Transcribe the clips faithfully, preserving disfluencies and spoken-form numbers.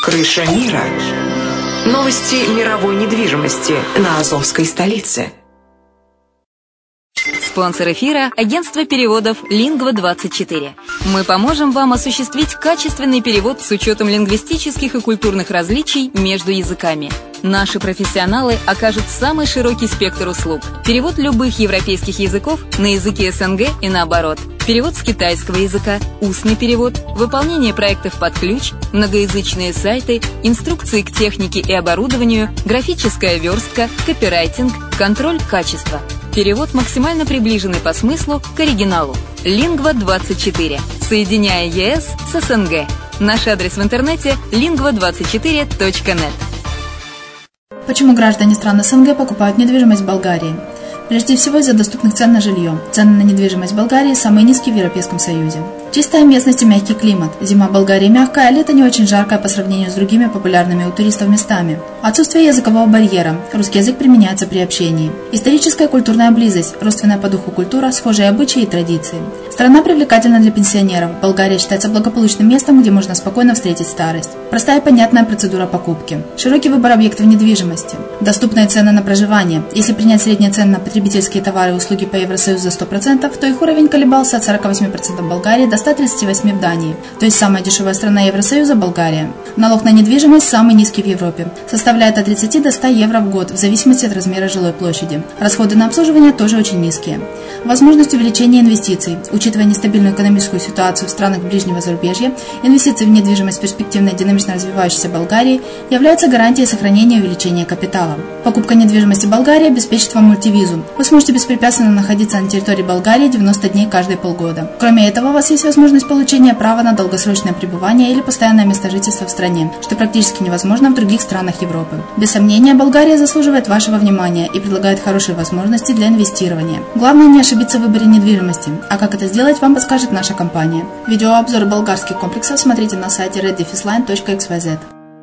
Крыша мира. Новости мировой недвижимости на Азовской столице. Спонсор эфира – агентство переводов лингва двадцать четыре. Мы поможем вам осуществить качественный перевод с учетом лингвистических и культурных различий между языками. Наши профессионалы окажут самый широкий спектр услуг. Перевод любых европейских языков на языки СНГ и наоборот. Перевод с китайского языка, устный перевод, выполнение проектов под ключ, многоязычные сайты, инструкции к технике и оборудованию, графическая верстка, копирайтинг, контроль качества. Перевод максимально приближенный по смыслу к оригиналу. лингва двадцать четыре. Соединяя ЕС с СНГ. Наш адрес в интернете лингва двадцать четыре точка нет. Почему граждане стран СНГ покупают недвижимость в Болгарии? Прежде всего из-за доступных цен на жилье. Цены на недвижимость в Болгарии самые низкие в Европейском Союзе. Чистая местность и мягкий климат. Зима в Болгарии мягкая, а лето не очень жаркое по сравнению с другими популярными у туристов местами. Отсутствие языкового барьера. Русский язык применяется при общении. Историческая и культурная близость. Родственная по духу культура, схожие обычаи и традиции. Страна привлекательна для пенсионеров. Болгария считается благополучным местом, где можно спокойно встретить старость. Простая и понятная процедура покупки. Широкий выбор объектов недвижимости. Доступные цены на проживание. Если принять средние цены на потребительские товары и услуги по Евросоюзу за сто процентов, то их уровень колебался от сорок восемь процентов в Болгарии до ста тридцати восьми процентов в Дании. То есть самая дешевая страна Евросоюза – Болгария. Налог на недвижимость самый низкий в Европе. Составляет от тридцати до ста евро в год, в зависимости от размера жилой площади. Расходы на обслуживание тоже очень низкие. Возможность увеличения инвестиций. Учитывая нестабильную экономическую ситуацию в странах ближнего зарубежья, инвестиции в недвижимость в перспективной динамично развивающейся Болгарии являются гарантией сохранения и увеличения капитала. Покупка недвижимости в Болгарии обеспечит вам мультивизу. Вы сможете беспрепятственно находиться на территории Болгарии девяносто дней каждые полгода. Кроме этого, у вас есть возможность получения права на долгосрочное пребывание или постоянное место жительства в стране, что практически невозможно в других странах Европы. Без сомнения, Болгария заслуживает вашего внимания и предлагает хорошие возможности для инвестирования. Главное не ошибиться в выборе недвижимости, а как это сделать, вам подскажет наша компания. Видеообзор болгарских комплексов смотрите на сайте red defis line точка икс уай зет.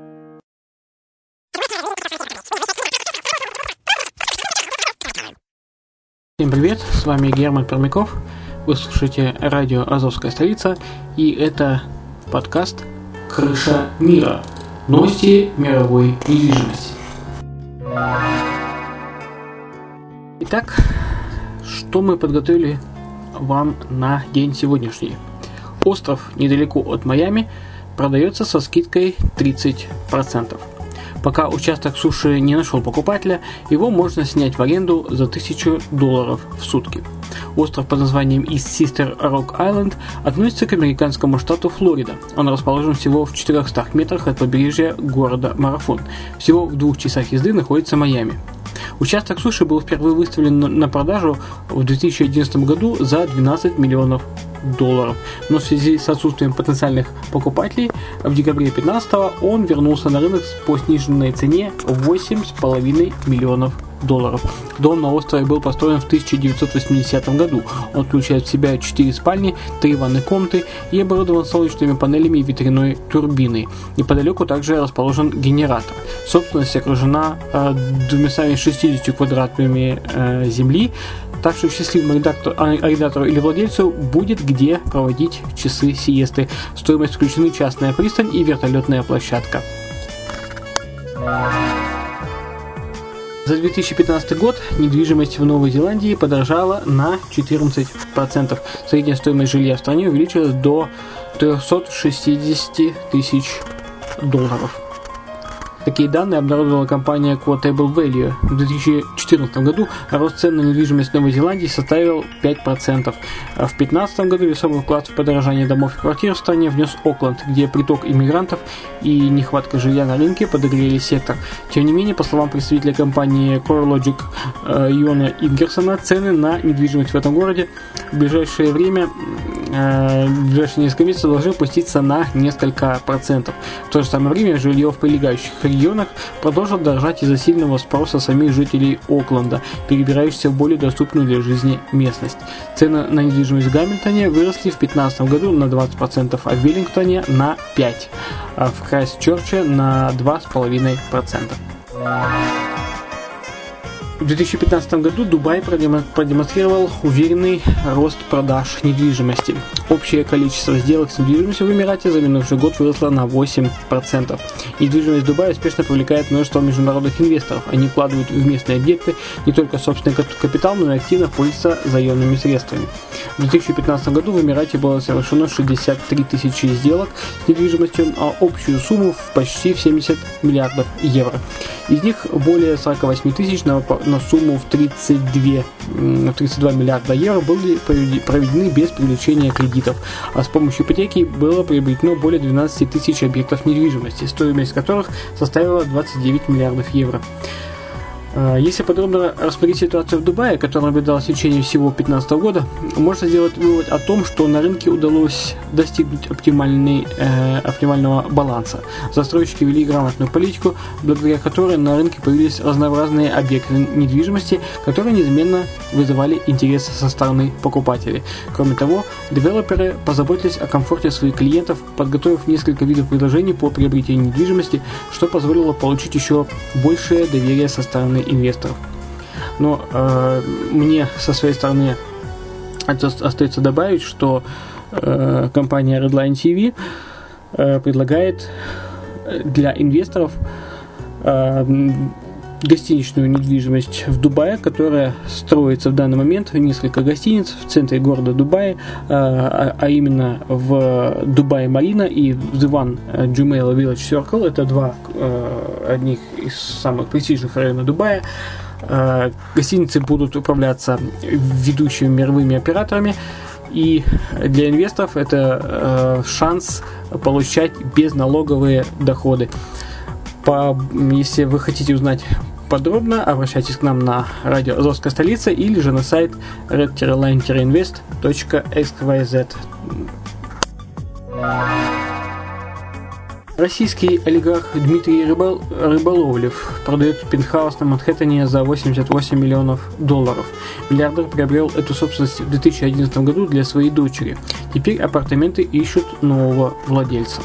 Всем привет, с вами Герман Пермяков, вы слушаете радио «Азовская столица», и это подкаст «Крыша мира. Новости мировой недвижимости». Итак, что мы подготовили вам на день сегодняшний? Остров недалеко от Майами продается со скидкой тридцать процентов. Пока участок суши не нашел покупателя, его можно снять в аренду за тысячу долларов в сутки. Остров под названием East Sister Rock Island относится к американскому штату Флорида. Он расположен всего в четырехстах метрах от побережья города Марафон. Всего в двух часах езды находится Майами. Участок суши был впервые выставлен на продажу в две тысячи одиннадцатом году за двенадцать миллионов долларов. Но в связи с отсутствием потенциальных покупателей в декабре две тысячи пятнадцатого он вернулся на рынок по сниженной цене в восемь с половиной миллионов долларов. Дом на острове был построен в тысяча девятьсот восьмидесятом году. Он включает в себя четыре спальни, три ванной комнаты и оборудован солнечными панелями и ветряной турбиной. Неподалеку также расположен генератор. Собственность окружена э, двумястами шестьюдесятью квадратами э, земли, так что счастливому арендатору или владельцу будет где проводить часы сиесты. В стоимость включены частная пристань и вертолетная площадка. За две тысячи пятнадцатый год недвижимость в Новой Зеландии подорожала на четырнадцать процентов. Средняя стоимость жилья в стране увеличилась до трехсот шестидесяти тысяч долларов. Такие данные обнародовала компания Quotable Value. В две тысячи четырнадцатом году рост цен на недвижимость в Новой Зеландии составил пять процентов. А в две тысячи пятнадцатом году весомый вклад в подорожание домов и квартир в стране внес Окленд, где приток иммигрантов и нехватка жилья на рынке подогрели сектор. Тем не менее, по словам представителя компании CoreLogic э, Йона Ингерсона, цены на недвижимость в этом городе в ближайшее время, э, в ближайшие несколько месяцев должны опуститься на несколько процентов. В то же самое время жилье в прилегающих регионах продолжат дорожать из-за сильного спроса самих жителей Окленда, перебирающихся в более доступную для жизни местность. Цены на недвижимость в Гамильтоне выросли в две тысячи пятнадцатом году на двадцать процентов, а в Веллингтоне на пять процентов, а в Крайстчерче на два с половиной процента. В две тысячи пятнадцатом году Дубай продемонстрировал уверенный рост продаж недвижимости. Общее количество сделок с недвижимостью в Эмирате за минувший год выросло на восемь процентов. Недвижимость Дубая успешно привлекает множество международных инвесторов. Они вкладывают в местные объекты не только собственный капитал, но и активно пользуются заемными средствами. В две тысячи пятнадцатом году в Эмирате было совершено шестьдесят три тысячи сделок с недвижимостью на общую сумму в почти семьдесят миллиардов евро. Из них более сорок восемь тысяч на, на сумму в тридцать два миллиарда евро были проведены без привлечения кредитов, а с помощью ипотеки было приобретено более двенадцать тысяч объектов недвижимости, стоимость которых составила двадцать девять миллиардов евро. Если подробно рассмотреть ситуацию в Дубае, которая наблюдалась в течение всего две тысячи пятнадцатого года, можно сделать вывод о том, что на рынке удалось достигнуть оптимальный, э, оптимального баланса. Застройщики вели грамотную политику, благодаря которой на рынке появились разнообразные объекты недвижимости, которые неизменно вызывали интерес со стороны покупателей. Кроме того, девелоперы позаботились о комфорте своих клиентов, подготовив несколько видов предложений по приобретению недвижимости, что позволило получить еще большее доверие со стороны инвесторов. Но э, мне со своей стороны остается добавить, что э, компания Redline ти ви э, предлагает для инвесторов э, гостиничную недвижимость в Дубае, которая строится в данный момент в несколько гостиниц в центре города Дубая, а, а именно в Дубай Марина и в The One Jumeirah Village Circle. Это два одних из самых престижных районов Дубая. Гостиницы будут управляться ведущими мировыми операторами, и для инвесторов это шанс получать безналоговые доходы. По, если вы хотите узнать подробно, обращайтесь к нам на радио «Азовская столица» или же на сайт red line invest точка экс уай зет. Российский олигарх Дмитрий Рыбол... Рыболовлев продает пентхаус на Манхэттене за восемьдесят восемь миллионов долларов. Миллиардер приобрел эту собственность в две тысячи одиннадцатом году для своей дочери. Теперь апартаменты ищут нового владельца.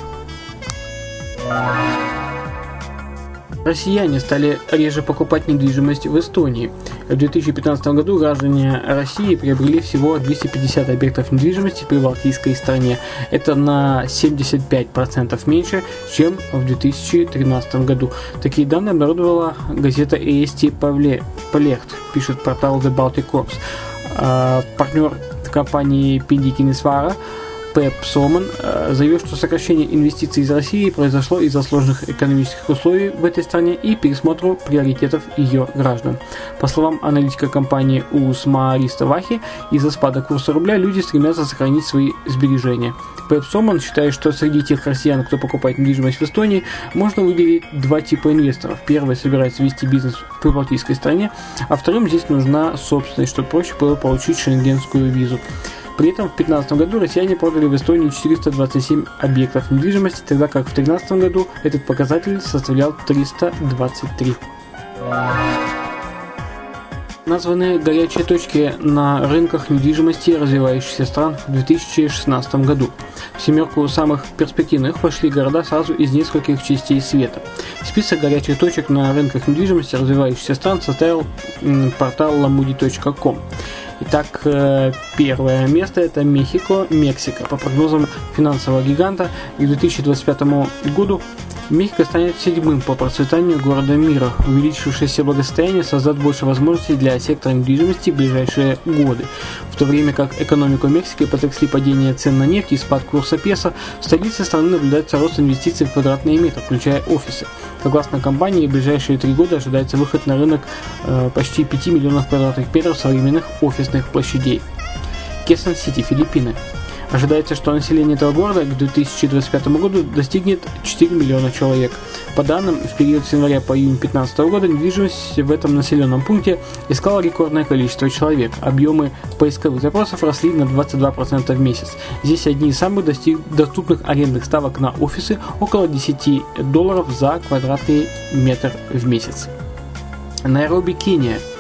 Россияне стали реже покупать недвижимость в Эстонии. В две тысячи пятнадцатом году граждане России приобрели всего двести пятьдесят объектов недвижимости в прибалтийской стране. Это на семьдесят пять процентов меньше, чем в две тысячи тринадцатом году. Такие данные обнародовала газета эй эс ти Полехт, пишет портал The Baltic Corps. А, партнер компании Пиндикинесвара Пеп Соман заявил, что сокращение инвестиций из России произошло из-за сложных экономических условий в этой стране и пересмотру приоритетов ее граждан. По словам аналитика компании Усма Ариста-Вахи, из-за спада курса рубля люди стремятся сохранить свои сбережения. Пеп Соман считает, что среди тех россиян, кто покупает недвижимость в Эстонии, можно выделить два типа инвесторов. Первый собирается вести бизнес в прибалтийской стране, а вторым здесь нужна собственность, чтобы проще было получить шенгенскую визу. При этом в две тысячи пятнадцатом году россияне продали в Эстонии четыреста двадцать семь объектов недвижимости, тогда как в две тысячи тринадцатом году этот показатель составлял триста двадцать три. Названы горячие точки на рынках недвижимости развивающихся стран в две тысячи шестнадцатом году. В семерку самых перспективных вошли города сразу из нескольких частей света. Список горячих точек на рынках недвижимости развивающихся стран составил портал lamudi точка ком. Итак, первое место – это Мехико, Мексика. По прогнозам финансового гиганта, к две тысячи двадцать пятому году Мехико станет седьмым по процветанию городом мира. Увеличившееся благосостояние создаст больше возможностей для сектора недвижимости в ближайшие годы. В то время как экономику Мексики потрясли падение цен на нефть и спад курса песо, в столице страны наблюдается рост инвестиций в квадратные метры, включая офисы. Согласно компании, в ближайшие три года ожидается выход на рынок э, почти пяти миллионов квадратных метров современных офисных площадей. Кесон-Сити, Филиппины. Ожидается, что население этого города к две тысячи двадцать пятому году достигнет четыре миллиона человек. По данным, в период с января по июнь две тысячи пятнадцатого года недвижимость в этом населенном пункте искала рекордное количество человек. Объемы поисковых запросов росли на двадцать два процента в месяц. Здесь одни из самых достиг... доступных арендных ставок на офисы – около десять долларов за квадратный метр в месяц. Найроби, Кения.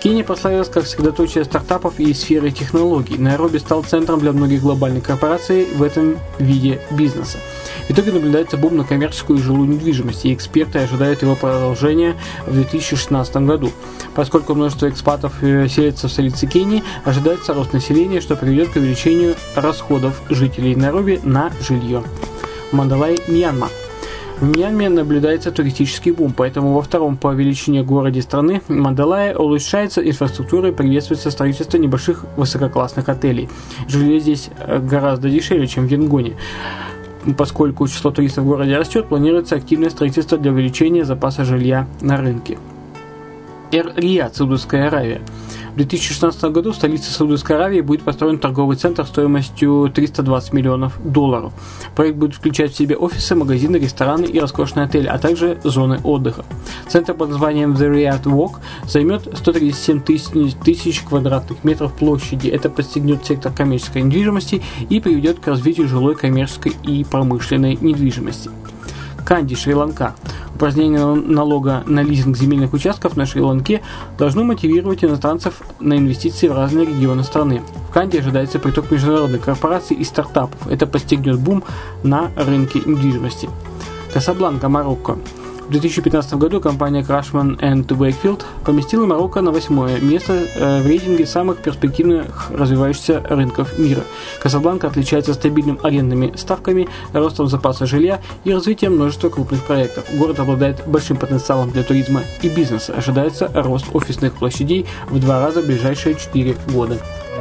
Кения прославилась как средоточие стартапов и сферы технологий. Найроби стал центром для многих глобальных корпораций в этом виде бизнеса. В итоге наблюдается бум на коммерческую и жилую недвижимость, и эксперты ожидают его продолжения в две тысячи шестнадцатом году. Поскольку множество экспатов селится в столице Кении, ожидается рост населения, что приведет к увеличению расходов жителей Найроби на жилье. Мандалай, Мьянма. В Мьянме наблюдается туристический бум, поэтому во втором по величине городе страны Мандалае улучшается инфраструктура и приветствуется строительство небольших высококлассных отелей. Жилье здесь гораздо дешевле, чем в Янгоне. Поскольку число туристов в городе растет, планируется активное строительство для увеличения запаса жилья на рынке. Эр-Рияд, Саудовская Аравия. В две тысячи шестнадцатом году в столице Саудовской Аравии будет построен торговый центр стоимостью триста двадцать миллионов долларов. Проект будет включать в себя офисы, магазины, рестораны и роскошные отели, а также зоны отдыха. Центр под названием The Riyadh Walk займет сто тридцать семь тысяч квадратных метров площади. Это подстегнет сектор коммерческой недвижимости и приведет к развитию жилой, коммерческой и промышленной недвижимости. Канди, Шри-Ланка. Упразднение налога на лизинг земельных участков на Шри-Ланке должно мотивировать иностранцев на инвестиции в разные регионы страны. В Канди ожидается приток международных корпораций и стартапов. Это подстегнет бум на рынке недвижимости. Касабланка, Марокко. В две тысячи пятнадцатом году компания Cushman энд Wakefield поместила Марокко на восьмое место в рейтинге самых перспективных развивающихся рынков мира. Касабланка отличается стабильными арендными ставками, ростом запаса жилья и развитием множества крупных проектов. Город обладает большим потенциалом для туризма и бизнеса. Ожидается рост офисных площадей в два раза в ближайшие четыре года.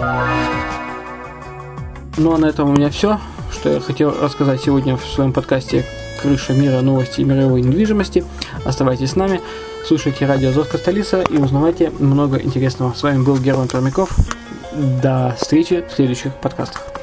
Ну а на этом у меня все, что я хотел рассказать сегодня в своем подкасте «Крыша мира. Новости мировой недвижимости». Оставайтесь с нами, слушайте радио «Азовская столица» и узнавайте много интересного. С вами был Герман Пермяков. До встречи в следующих подкастах.